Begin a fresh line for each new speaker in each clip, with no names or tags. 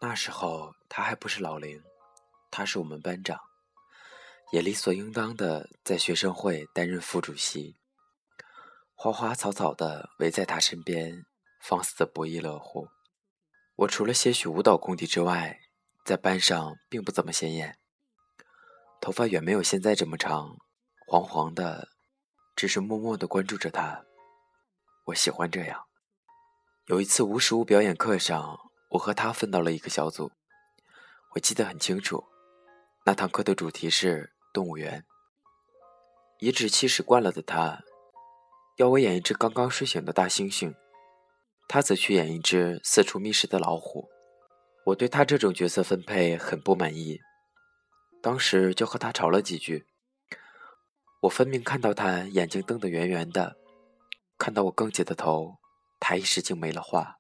那时候他还不是老龄，他是我们班长，也理所应当的在学生会担任副主席。花花草草的围在他身边，放肆的不亦乐乎。我除了些许舞蹈功底之外，在班上并不怎么显眼，头发远没有现在这么长，黄黄的，只是默默地关注着他。我喜欢这样。有一次无实物表演课上，我和他分到了一个小组，我记得很清楚，那堂课的主题是动物园。颐指气使惯了的他，要我演一只刚刚睡醒的大猩猩，他则去演一只四处觅食的老虎。我对他这种角色分配很不满意，当时就和他吵了几句。我分明看到他眼睛瞪得圆圆的，看到我更起的头，他一时竟没了话。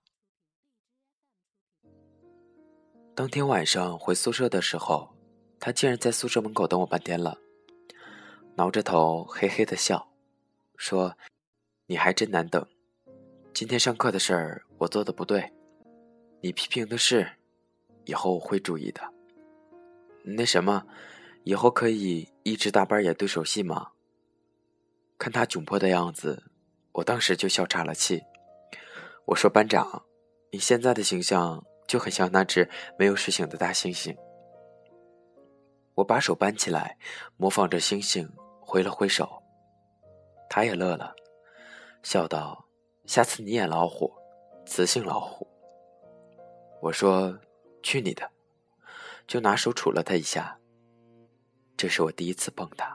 当天晚上回宿舍的时候，他竟然在宿舍门口等我半天了，挠着头嘿嘿地笑，说：“你还真难等，今天上课的事儿我做的不对，你批评的是，以后我会注意的。那什么，以后可以一直大班演对手戏吗？”看他窘迫的样子，我当时就笑岔了气。我说：“班长，你现在的形象就很像那只没有睡醒的大猩猩。”我把手搬起来，模仿着猩猩挥了挥手。他也乐了，笑道：“下次你演老虎，雌性老虎。”我说：“去你的！”就拿手杵了他一下。这是我第一次碰他。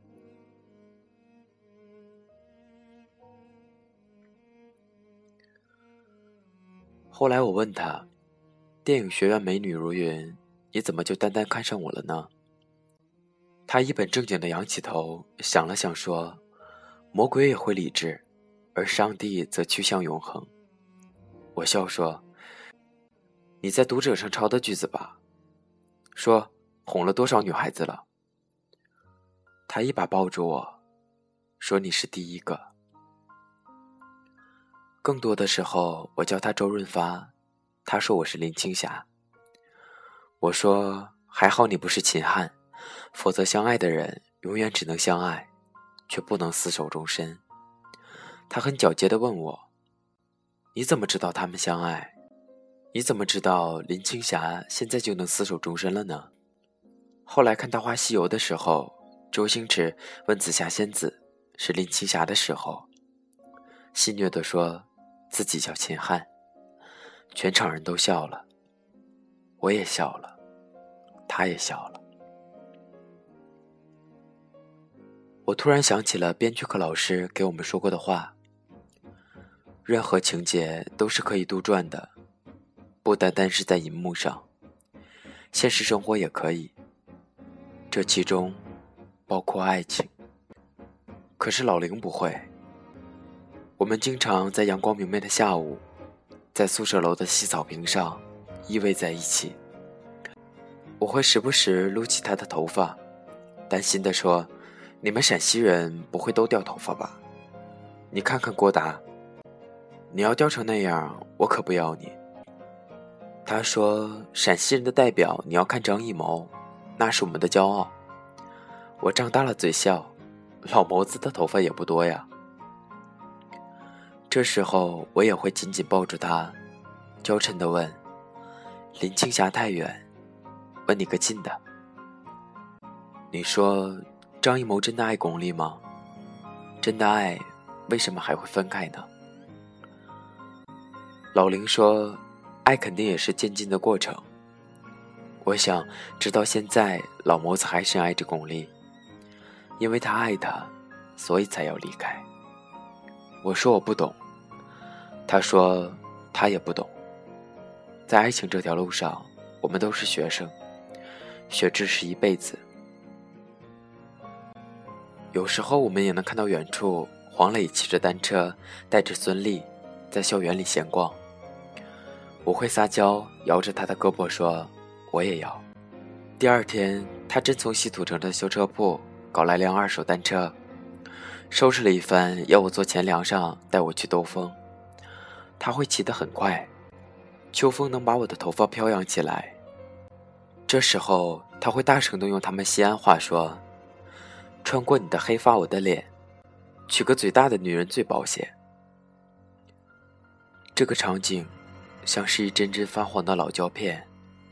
后来我问他，电影学院美女如云，你怎么就单单看上我了呢？他一本正经地仰起头，想了想说：“魔鬼也会理智，而上帝则趋向永恒。”我笑说：“你在读者上抄的句子吧？说哄了多少女孩子了？”他一把抱住我，说：“你是第一个。”更多的时候，我叫他周润发，他说我是林青霞。我说：“还好你不是秦汉，否则相爱的人永远只能相爱，却不能厮守终身。”他很皎洁地问我：“你怎么知道他们相爱？你怎么知道林青霞现在就能厮守终身了呢？”后来看《大话西游》的时候，周星驰问紫霞仙子是林青霞的时候，戏谑地说自己叫秦汉，全场人都笑了，我也笑了，他也笑了。我突然想起了编剧课老师给我们说过的话：任何情节都是可以杜撰的，不单单是在银幕上，现实生活也可以，这其中包括爱情。可是老龄不会。我们经常在阳光明媚的下午，在宿舍楼的细草坪上依偎在一起。我会时不时撸起他的头发，担心地说：“你们陕西人不会都掉头发吧？你看看郭达，你要掉成那样，我可不要你。”他说：“陕西人的代表你要看张艺谋，那是我们的骄傲。”我张大了嘴笑，老谋子的头发也不多呀。这时候我也会紧紧抱住他，娇嗔地问：“林青霞太远，问你个近的。你说张艺谋真的爱巩俐吗？真的爱，为什么还会分开呢？”老林说：“爱肯定也是渐进的过程。”我想直到现在，老谋子还是爱着巩俐，因为他爱她，所以才要离开。我说我不懂，他说他也不懂。在爱情这条路上，我们都是学生，学知识一辈子。有时候我们也能看到远处黄磊骑着单车，带着孙俪在校园里闲逛。我会撒娇，摇着他的胳膊说：“我也要。”第二天，他真从西土城的修车铺搞来辆二手单车，收拾了一番，要我坐前梁上带我去兜风。他会骑得很快， 秋风能把我的头发飘扬起来。这时候他会大声地用他们西安话说：穿过你的黑发我的脸，娶个嘴大的女人最保险。这个场景像是一帧帧发黄的老胶片，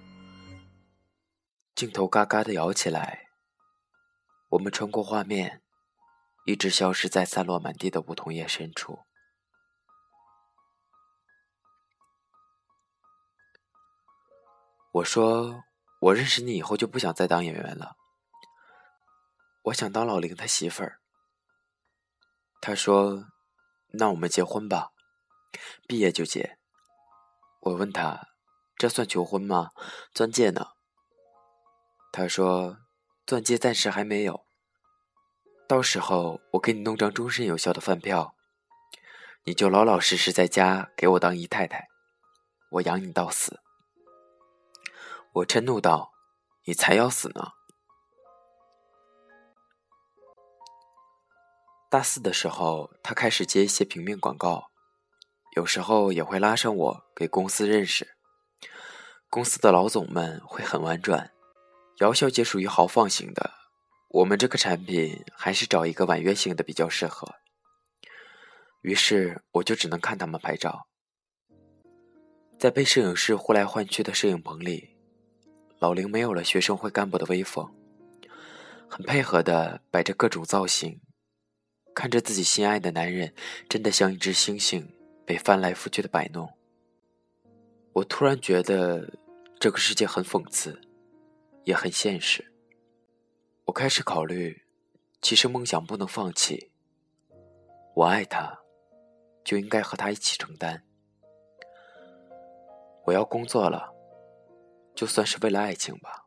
镜头嘎嘎地摇起来，我们穿过画面，一直消失在散落满地的梧桐叶深处。我说，我认识你以后就不想再当演员了，我想当老林他媳妇儿。他说，那我们结婚吧，毕业就结。我问他，这算求婚吗？钻戒呢？他说，钻戒暂时还没有，到时候我给你弄张终身有效的饭票，你就老老实实在家给我当姨太太，我养你到死。我嗔怒道，你才要死呢。大4的时候，他开始接一些平面广告，有时候也会拉上我给公司认识。公司的老总们会很婉转，姚小姐属于豪放型的，我们这个产品还是找一个婉约型的比较适合。于是我就只能看他们拍照。在被摄影师呼来唤去的摄影棚里，老林没有了学生会干部的威风，很配合地摆着各种造型，看着自己心爱的男人真的像一只猩猩被翻来覆去的摆弄。我突然觉得这个世界很讽刺，也很现实。我开始考虑，其实梦想不能放弃，我爱他，就应该和他一起承担。我要工作了，就算是为了爱情吧。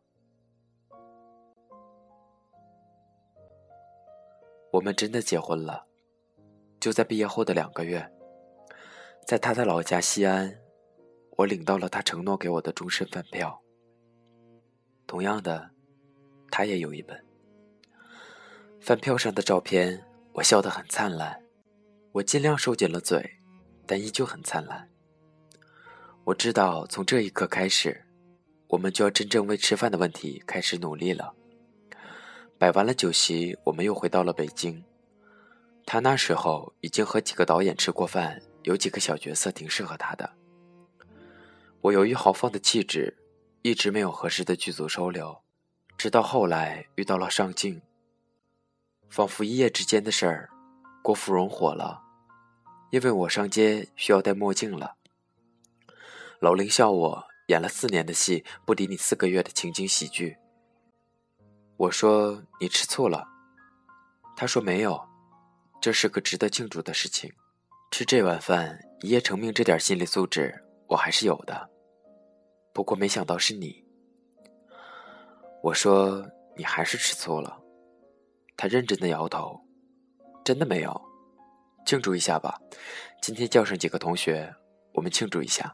我们真的结婚了，就在毕业后的2个月，在他的老家西安，我领到了他承诺给我的终身饭票。同样的，他也有一本。饭票上的照片，我笑得很灿烂，我尽量收紧了嘴，但依旧很灿烂。我知道从这一刻开始，我们就要真正为吃饭的问题开始努力了。摆完了酒席，我们又回到了北京。他那时候已经和几个导演吃过饭，有几个小角色挺适合他的。我由于豪放的气质，一直没有合适的剧组收留，直到后来遇到了上镜。仿佛一夜之间的事儿，郭芙蓉火了，因为我上街需要戴墨镜了。老林笑我演了4年的戏，不敌你4个月的情景喜剧。我说，你吃醋了？他说没有，这是个值得庆祝的事情。吃这碗饭，一夜成名这点心理素质我还是有的，不过没想到是你。我说，你还是吃醋了？他认真的摇头，真的没有，庆祝一下吧，今天叫上几个同学，我们庆祝一下。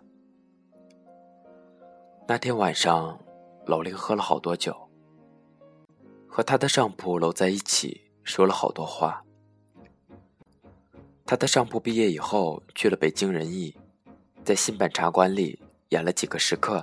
那天晚上，老林喝了好多酒，和他的上铺搂在一起，说了好多话。他的上铺毕业以后去了北京人艺，在新版茶馆里演了几个时刻。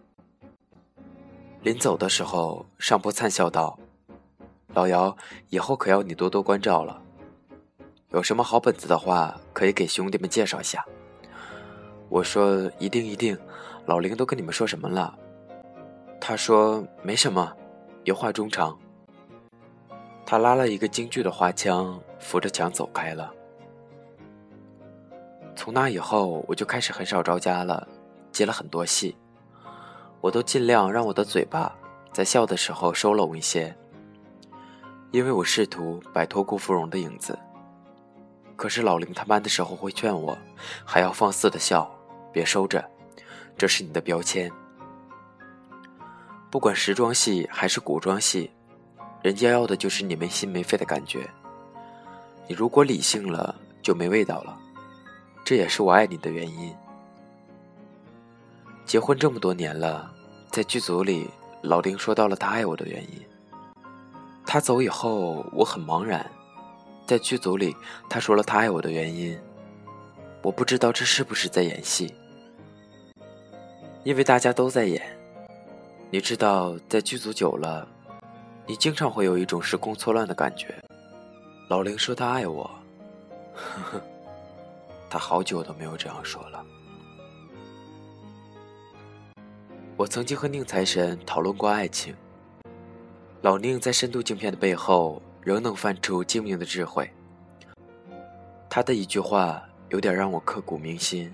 临走的时候，上铺灿笑道，老姚，以后可要你多多关照了，有什么好本子的话可以给兄弟们介绍一下。我说一定一定，老林都跟你们说什么了？他说没什么，有话中长。他拉了一个京剧的花腔，扶着墙走开了。从那以后，我就开始很少着家了，接了很多戏，我都尽量让我的嘴巴在笑的时候收拢一些，因为我试图摆脱顾芙蓉的影子。可是老林他班的时候会劝我，还要放肆的笑，别收着，这是你的标签。不管时装戏还是古装戏，人家要的就是你没心没肺的感觉。你如果理性了，就没味道了。这也是我爱你的原因。结婚这么多年了，在剧组里，老林说到了他爱我的原因。他走以后，我很茫然。在剧组里，他说了他爱我的原因，我不知道这是不是在演戏。 因为大家都在演。你知道，在剧组久了，你经常会有一种时空错乱的感觉。老林说他爱我，呵呵，他好久都没有这样说了。我曾经和宁财神讨论过爱情，老宁在深度镜片的背后仍能翻出精明的智慧。他的一句话有点让我刻骨铭心。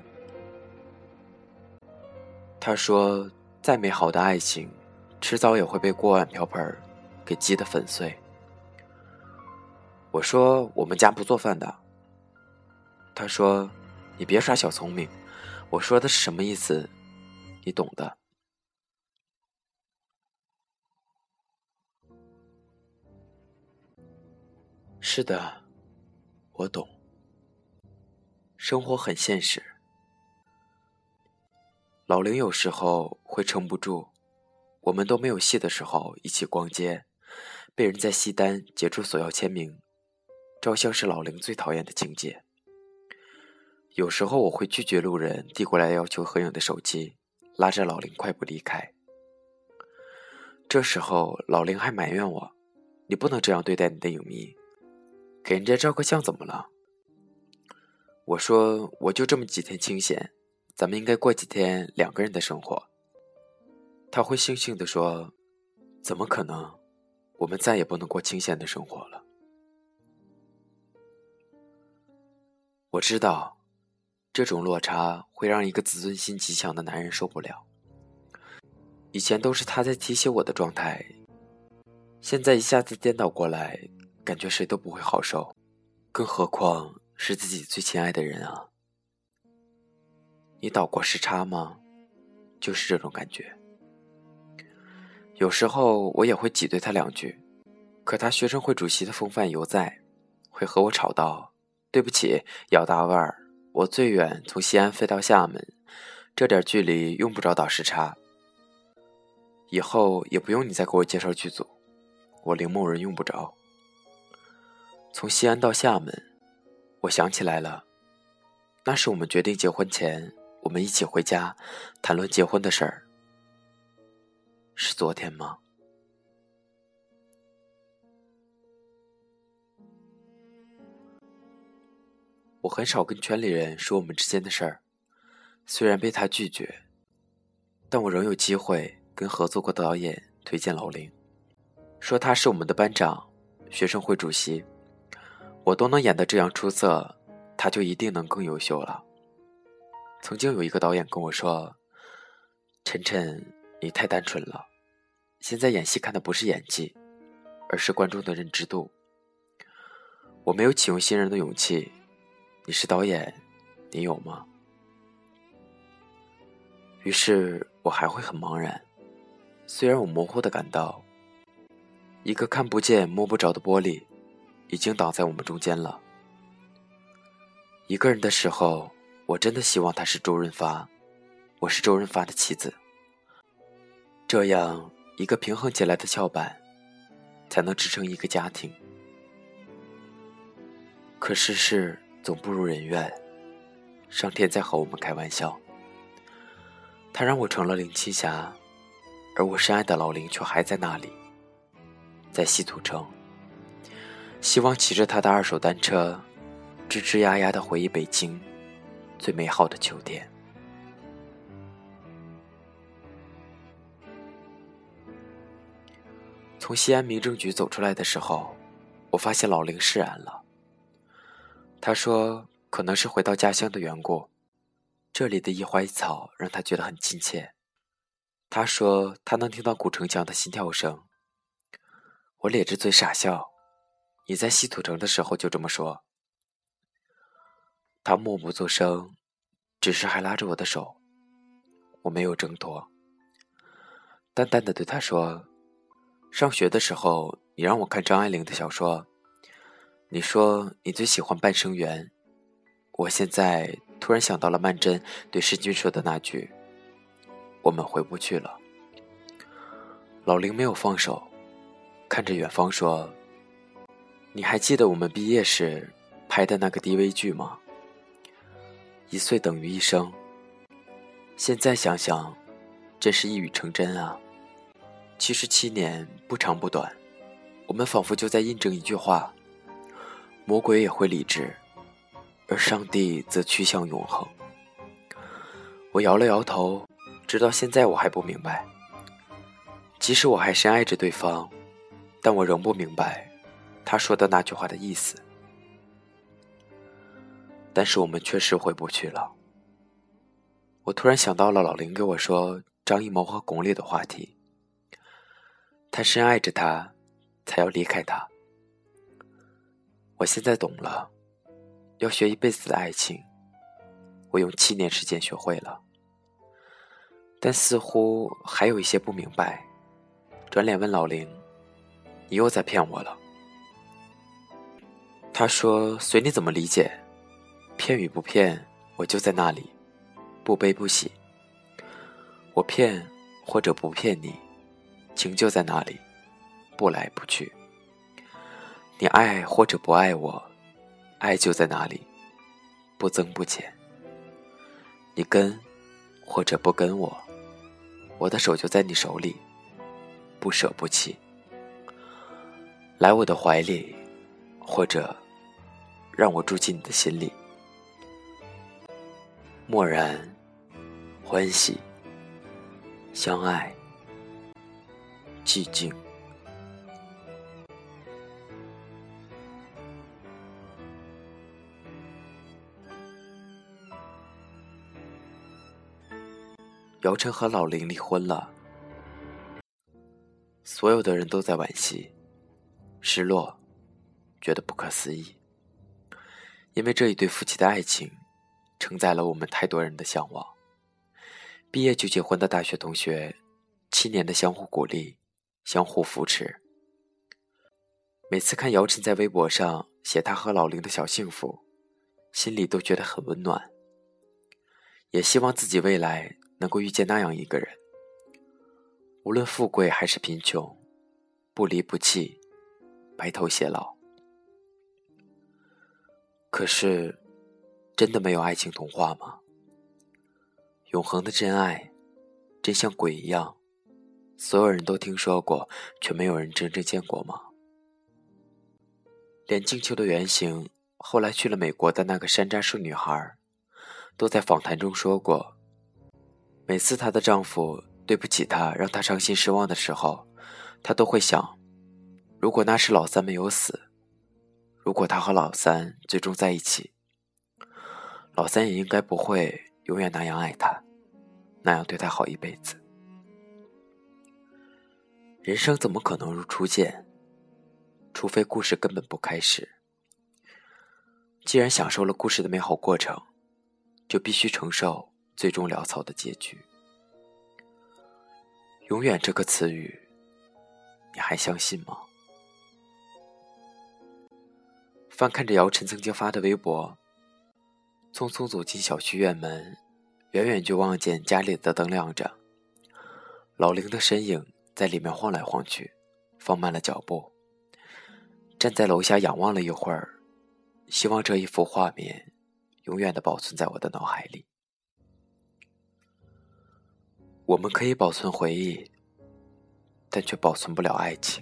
他说，再美好的爱情迟早也会被锅碗瓢盆给击得粉碎。我说，我们家不做饭的。他说，你别耍小聪明，我说的是什么意思，你懂的。是的，我懂。生活很现实。老林有时候会撑不住，我们都没有戏的时候一起逛街，被人在西单截住索要签名，照相是老林最讨厌的情节。有时候我会拒绝路人递过来要求合影的手机，拉着老林快步离开。这时候老林还埋怨我，你不能这样对待你的影迷，给人家照个相怎么了？我说，我就这么几天清闲，咱们应该过几天2个人的生活。他会悻悻地说，怎么可能，我们再也不能过清闲的生活了。我知道，这种落差会让一个自尊心极强的男人受不了。以前都是他在提醒我的状态，现在一下子颠倒过来，感觉谁都不会好受，更何况是自己最亲爱的人啊。你倒过时差吗？就是这种感觉。有时候我也会挤兑他2句，可他学生会主席的风范犹在，会和我吵道，对不起，姚大腕儿，我最远从西安飞到厦门，这点距离用不着倒时差。以后也不用你再给我介绍剧组，我林某人用不着。从西安到厦门，我想起来了，那是我们决定结婚前，我们一起回家谈论结婚的事儿。是昨天吗？我很少跟圈里人说我们之间的事儿，虽然被他拒绝，但我仍有机会跟合作过的导演推荐老林，说他是我们的班长、学生会主席，我都能演得这样出色，他就一定能更优秀了。曾经有一个导演跟我说，晨晨，你太单纯了，现在演戏看的不是演技，而是观众的认知度。我没有启用新人的勇气，你是导演，你有吗？于是我还会很茫然，虽然我模糊地感到，一个看不见摸不着的玻璃已经挡在我们中间了。一个人的时候，我真的希望他是周润发，我是周润发的妻子，这样一个平衡起来的翘板才能支撑一个家庭。可世事总不如人愿，上天在和我们开玩笑，他让我成了林青霞，而我深爱的老林却还在那里，在西土城，希望骑着他的2手单车，吱吱呀呀地回忆北京最美好的秋天。从西安民政局走出来的时候，我发现老林释然了。他说，可能是回到家乡的缘故，这里的一花一草让他觉得很亲切。他说，他能听到古城墙的心跳声。我咧着嘴傻笑，你在西土城的时候就这么说。他默不作声，只是还拉着我的手，我没有挣脱，淡淡的对他说，上学的时候你让我看张爱玲的小说，你说你最喜欢半生缘，我现在突然想到了曼桢对世君说的那句，我们回不去了。老林没有放手，看着远方说，你还记得我们毕业时拍的那个 DV 剧吗？1岁等于一生。现在想想， 真是一语成真啊！其实7年不长不短，我们仿佛就在印证一句话：魔鬼也会理智，而上帝则趋向永恒。我摇了摇头，直到现在我还不明白。即使我还深爱着对方，但我仍不明白他说的那句话的意思。但是我们确实回不去了。我突然想到了老林给我说张艺谋和巩俐的话题。他深爱着她，才要离开她。我现在懂了，要学一辈子的爱情，我用7年时间学会了，但似乎还有一些不明白。转脸问老林：“你又在骗我了？”他说：“随你怎么理解，骗与不骗，我就在那里，不悲不喜。我骗或者不骗你，情就在那里，不来不去。你爱或者不爱我，爱就在那里，不增不减。你跟或者不跟我，我的手就在你手里，不舍不弃。来我的怀里，或者让我住进你的心里。默然，欢喜，相爱，寂静。”姚晨和老林离婚了，所有的人都在惋惜、失落，觉得不可思议，因为这一对夫妻的爱情承载了我们太多人的向往。毕业就结婚的大学同学，7年的相互鼓励、相互扶持。每次看姚晨在微博上写他和老林的小幸福，心里都觉得很温暖，也希望自己未来能够遇见那样一个人，无论富贵还是贫穷，不离不弃，白头偕老。可是，真的没有爱情童话吗？永恒的真爱，真像鬼一样，所有人都听说过，却没有人真正见过吗？连静秋的原型，后来去了美国的那个山楂树女孩，都在访谈中说过，每次她的丈夫对不起她，让她伤心失望的时候，她都会想，如果那时老三没有死，如果她和老三最终在一起，老三也应该不会永远那样爱她，那样对她好一辈子。人生怎么可能如初见？除非故事根本不开始。既然享受了故事的美好过程，就必须承受最终潦草的结局。永远这个词语，你还相信吗？翻看着姚晨曾经发的微博，匆匆走进小区院门，远远就望见家里的灯亮着，老林的身影在里面晃来晃去，放慢了脚步，站在楼下仰望了一会儿，希望这一幅画面永远地保存在我的脑海里。我们可以保存回忆，但却保存不了爱情。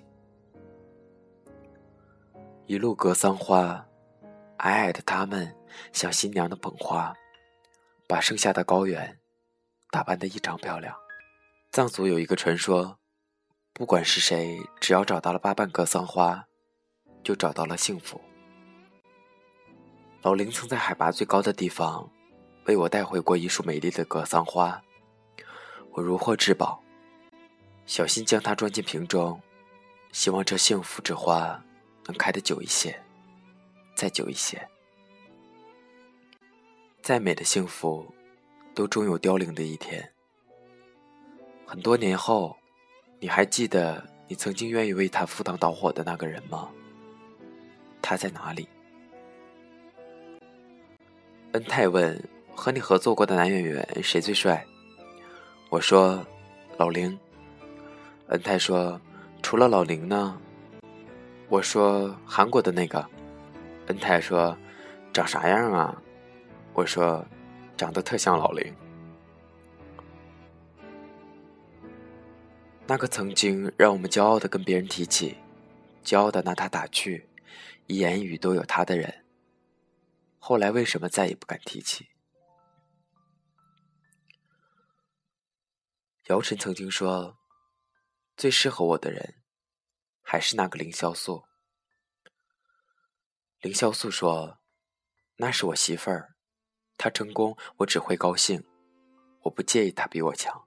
一路格桑花，矮矮的他们像新娘的捧花，把盛夏的高原打扮得异常漂亮。藏族有一个传说，不管是谁，只要找到了8瓣格桑花，就找到了幸福。老林曾在海拔最高的地方为我带回过一束美丽的格桑花，我如获至宝，小心将它装进瓶中，希望这幸福之花能开得久一些，再久一些。再美的幸福都终有凋零的一天。很多年后，你还记得你曾经愿意为他赴汤蹈火的那个人吗？他在哪里？恩泰问，和你合作过的男演员谁最帅？我说老林。恩泰说，除了老林呢？我说韩国的那个。恩泰说，长啥样啊？我说长得特像老林。 那个曾经让我们骄傲地跟别人提起，骄傲地拿他打趣，一言一语都有他的人，后来为什么再也不敢提起？姚晨曾经说，最适合我的人还是那个凌潇肃。凌潇肃说，那是我媳妇儿，她成功我只会高兴，我不介意她比我强。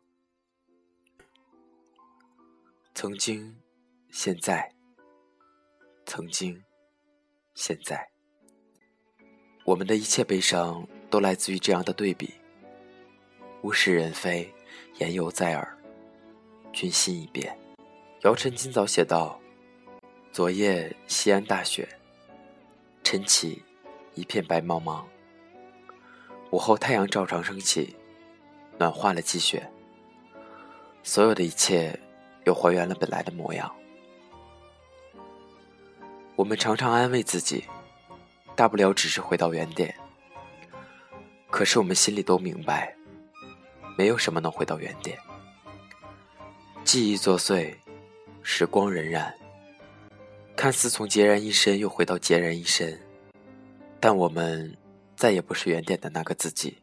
曾经，现在，曾经，现在，我们的一切悲伤都来自于这样的对比。物是人非，言犹在耳，君心已变。姚晨今早写道，昨夜西安大雪，晨起一片白茫茫，午后太阳照常升起，暖化了积雪，所有的一切又还原了本来的模样。我们常常安慰自己，大不了只是回到原点，可是我们心里都明白，没有什么能回到原点。记忆作祟，时光荏苒，看似从孑然一身又回到孑然一身，但我们再也不是原点的那个自己。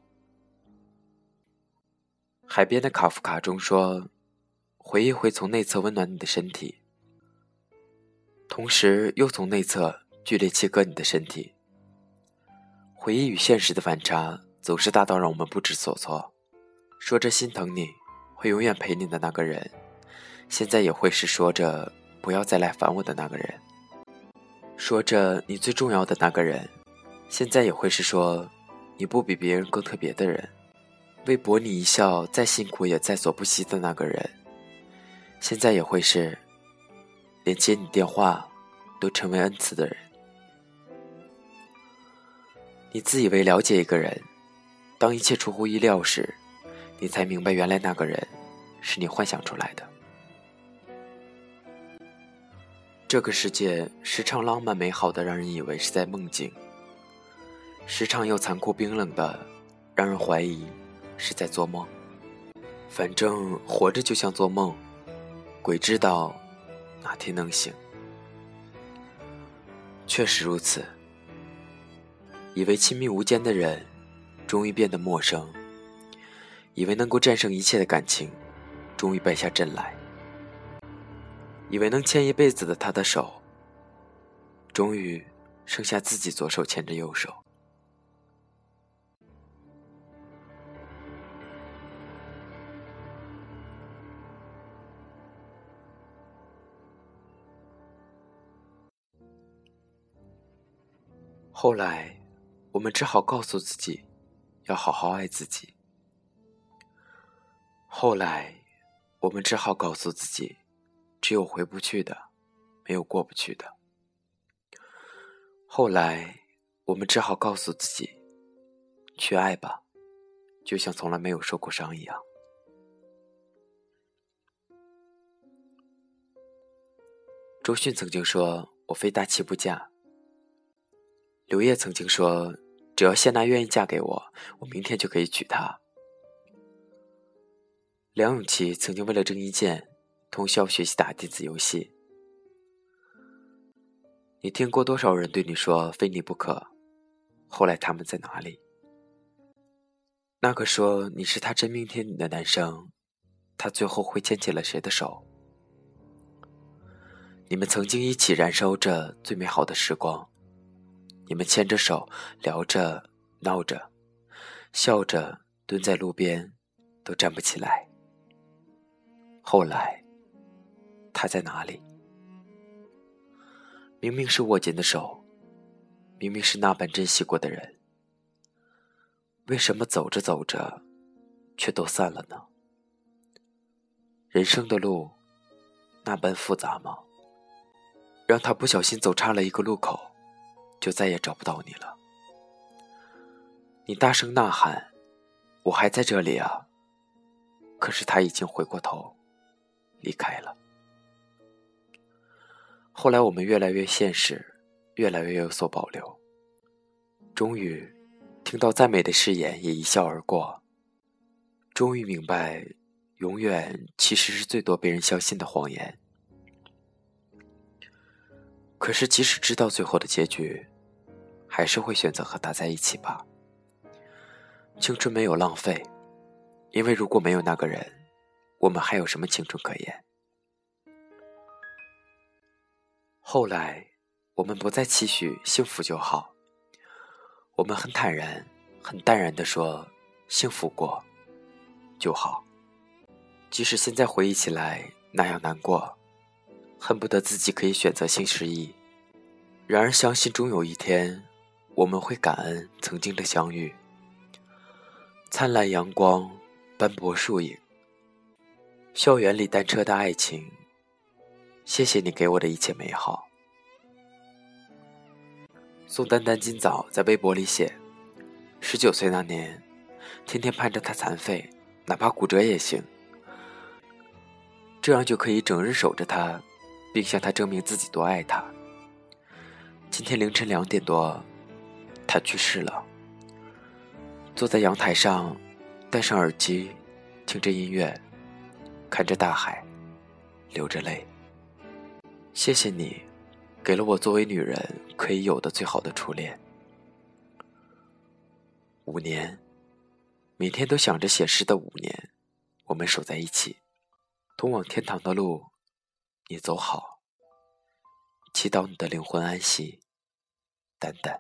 海边的卡夫卡中说，回忆会从内侧温暖你的身体，同时又从内侧剧烈切割你的身体。回忆与现实的反差总是大到让我们不知所措。说着心疼你，会永远陪你的那个人，现在也会是说着不要再来烦我的那个人。说着你最重要的那个人，现在也会是说你不比别人更特别的人。为博你一笑再辛苦也在所不惜的那个人，现在也会是连接你电话都成为恩赐的人。你自以为了解一个人，当一切出乎意料时，你才明白原来那个人是你幻想出来的。这个世界时常浪漫美好的让人以为是在梦境，时常又残酷冰冷的让人怀疑是在做梦。反正活着就像做梦，鬼知道哪天能醒。确实如此，以为亲密无间的人终于变得陌生，以为能够战胜一切的感情终于败下阵来，以为能牵一辈子的他的手，终于剩下自己左手牵着右手。后来我们只好告诉自己要好好爱自己。后来我们只好告诉自己，只有回不去的，没有过不去的。后来我们只好告诉自己，去爱吧，就像从来没有受过伤一样。周迅曾经说，我非大器不嫁。刘烨曾经说，只要谢娜愿意嫁给我，我明天就可以娶她。梁咏琪曾经为了郑伊健通宵学习打电子游戏。你听过多少人对你说非你不可，后来他们在哪里？那个说你是他真命天女的男生，他最后会牵起了谁的手？你们曾经一起燃烧着最美好的时光，你们牵着手聊着闹着笑着，蹲在路边都站不起来。后来他在哪里？明明是握紧的手，明明是那般珍惜过的人，为什么走着走着却都散了呢？人生的路那般复杂吗？让他不小心走差了一个路口，就再也找不到你了。你大声呐喊，我还在这里啊，可是他已经回过头离开了。后来我们越来越现实，越来越有所保留，终于听到再美的誓言也一笑而过，终于明白永远其实是最多被人相信的谎言。可是即使知道最后的结局，还是会选择和他在一起吧。青春没有浪费，因为如果没有那个人，我们还有什么青春可言？后来我们不再期许幸福就好，我们很坦然很淡然地说幸福过就好。即使现在回忆起来那样难过，恨不得自己可以选择性失忆，然而相信终有一天我们会感恩曾经的相遇。灿烂阳光，斑驳树影，校园里单车的爱情，谢谢你给我的一切美好。宋丹丹今早在微博里写，19岁那年，天天盼着他残废，哪怕骨折也行，这样就可以整日守着他，并向他证明自己多爱他。今天凌晨2点多，他去世了。坐在阳台上，戴上耳机，听着音乐，看着大海，流着泪。谢谢你，给了我作为女人可以有的最好的初恋。5年，每天都想着写诗的5年，我们守在一起。通往天堂的路，你走好，祈祷你的灵魂安息。丹丹。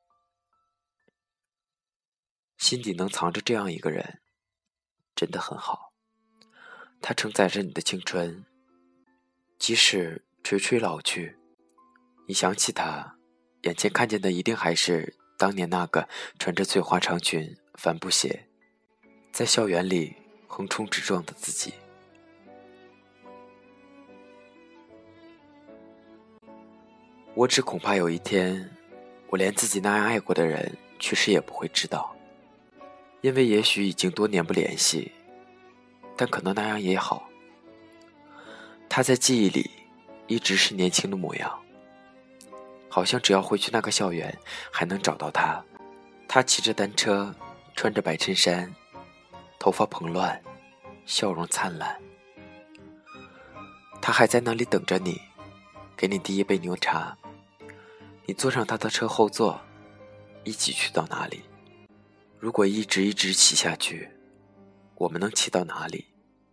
心底能藏着这样一个人，真的很好。他承载着你的青春，即使垂垂老去，你想起他，眼前看见的一定还是当年那个穿着翠花长裙、帆布鞋，在校园里横冲直撞的自己。我只恐怕有一天，我连自己那样爱过的人去世也不会知道，因为也许已经多年不联系，但可能那样也好。他在记忆里一直是年轻的模样，好像只要回去那个校园还能找到他。他骑着单车，穿着白衬衫，头发蓬乱，笑容灿烂。他还在那里等着你，给你第一杯牛茶。你坐上他的车后座，一起去到哪里？如果一直骑下去，我们能骑到哪里？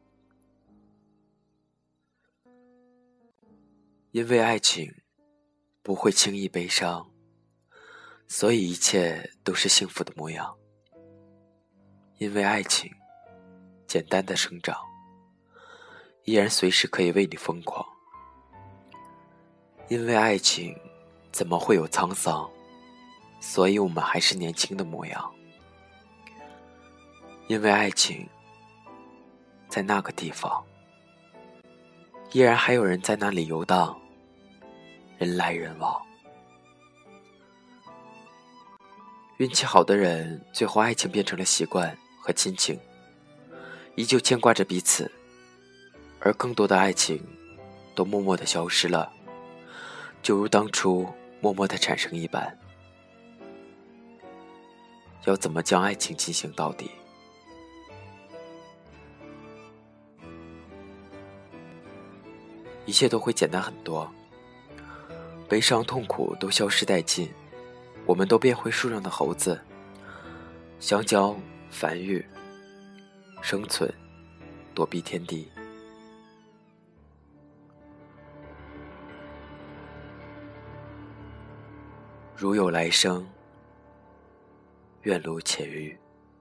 因为爱情不会轻易悲伤，所以一切都是幸福的模样。因为爱情简单的生长，依然随时可以为你疯狂。因为爱情怎么会有沧桑，所以我们还是年轻的模样。因为爱情在那个地方，依然还有人在那里游荡，人来人往。运气好的人，最后爱情变成了习惯和亲情，依旧牵挂着彼此，而更多的爱情都默默地消失了，就如当初默默地产生一般。要怎么将爱情进行到底？一切都会简单很多，悲伤痛苦都消失殆尽，我们都变回树上的猴子，相交繁育，生存，躲避天敌。如有来生，愿如且遇。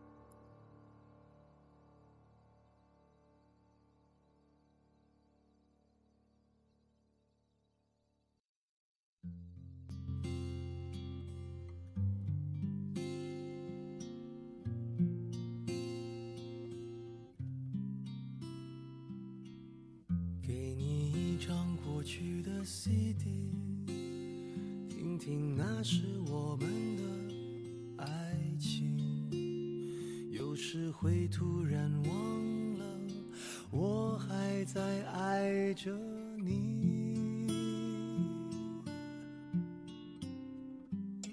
给你一张过去的 CD， 听听那是我们的爱情。有时会突然忘了，我还在爱着你。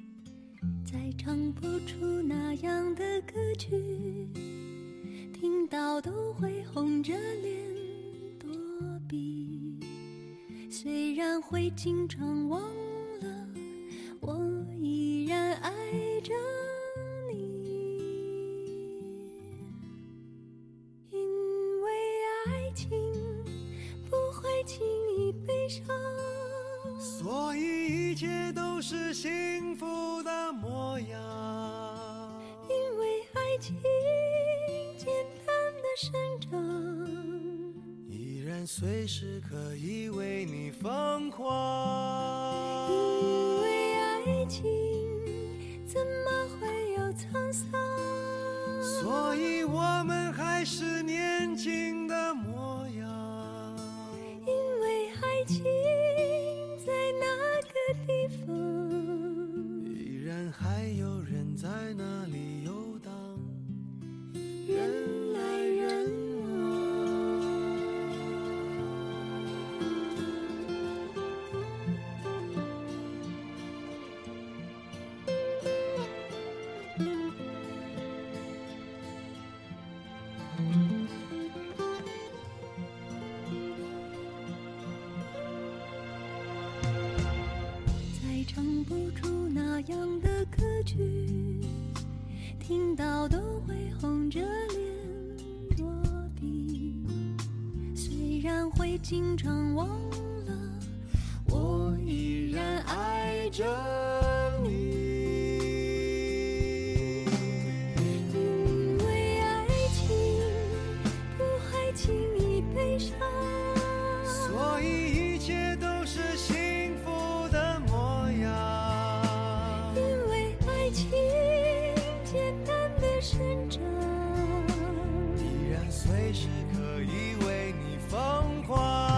再唱不出那样的歌曲，听到都会红着脸躲避，虽然会经常忘了，我依然爱着你。因为爱情不会轻易悲伤，
所以一切都是幸福的模样。
因为爱情简单的生长，
依然随时可以为你疯狂。
因为爱情怎么会有沧桑，
所以我们还是年轻的模样。
因为爱情在那个地方，
依然还有人在那里游荡，
人来人往。再唱不出那样的歌曲，听到都会红着脸躲避，虽然会经常忘了，我依然爱着你。因为爱情不会轻易悲伤，
所以一切都是幸福的模样。
因为爱情简单的生长，
依然随时可以为你疯狂。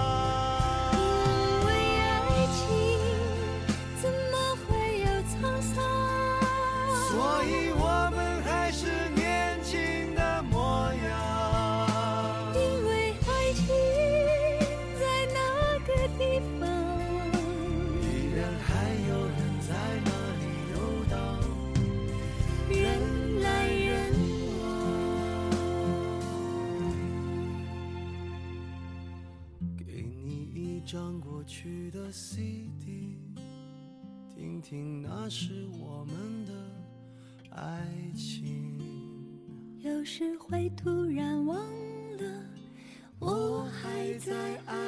因为爱情怎么会有沧桑，
所以我们还是年轻的模样。
因为爱情在那个地方，
依然还有人在那里游荡，
人来人往。
给你一张过去的 CD， 听听那是我们的爱情。
有时会突然忘了，我还在爱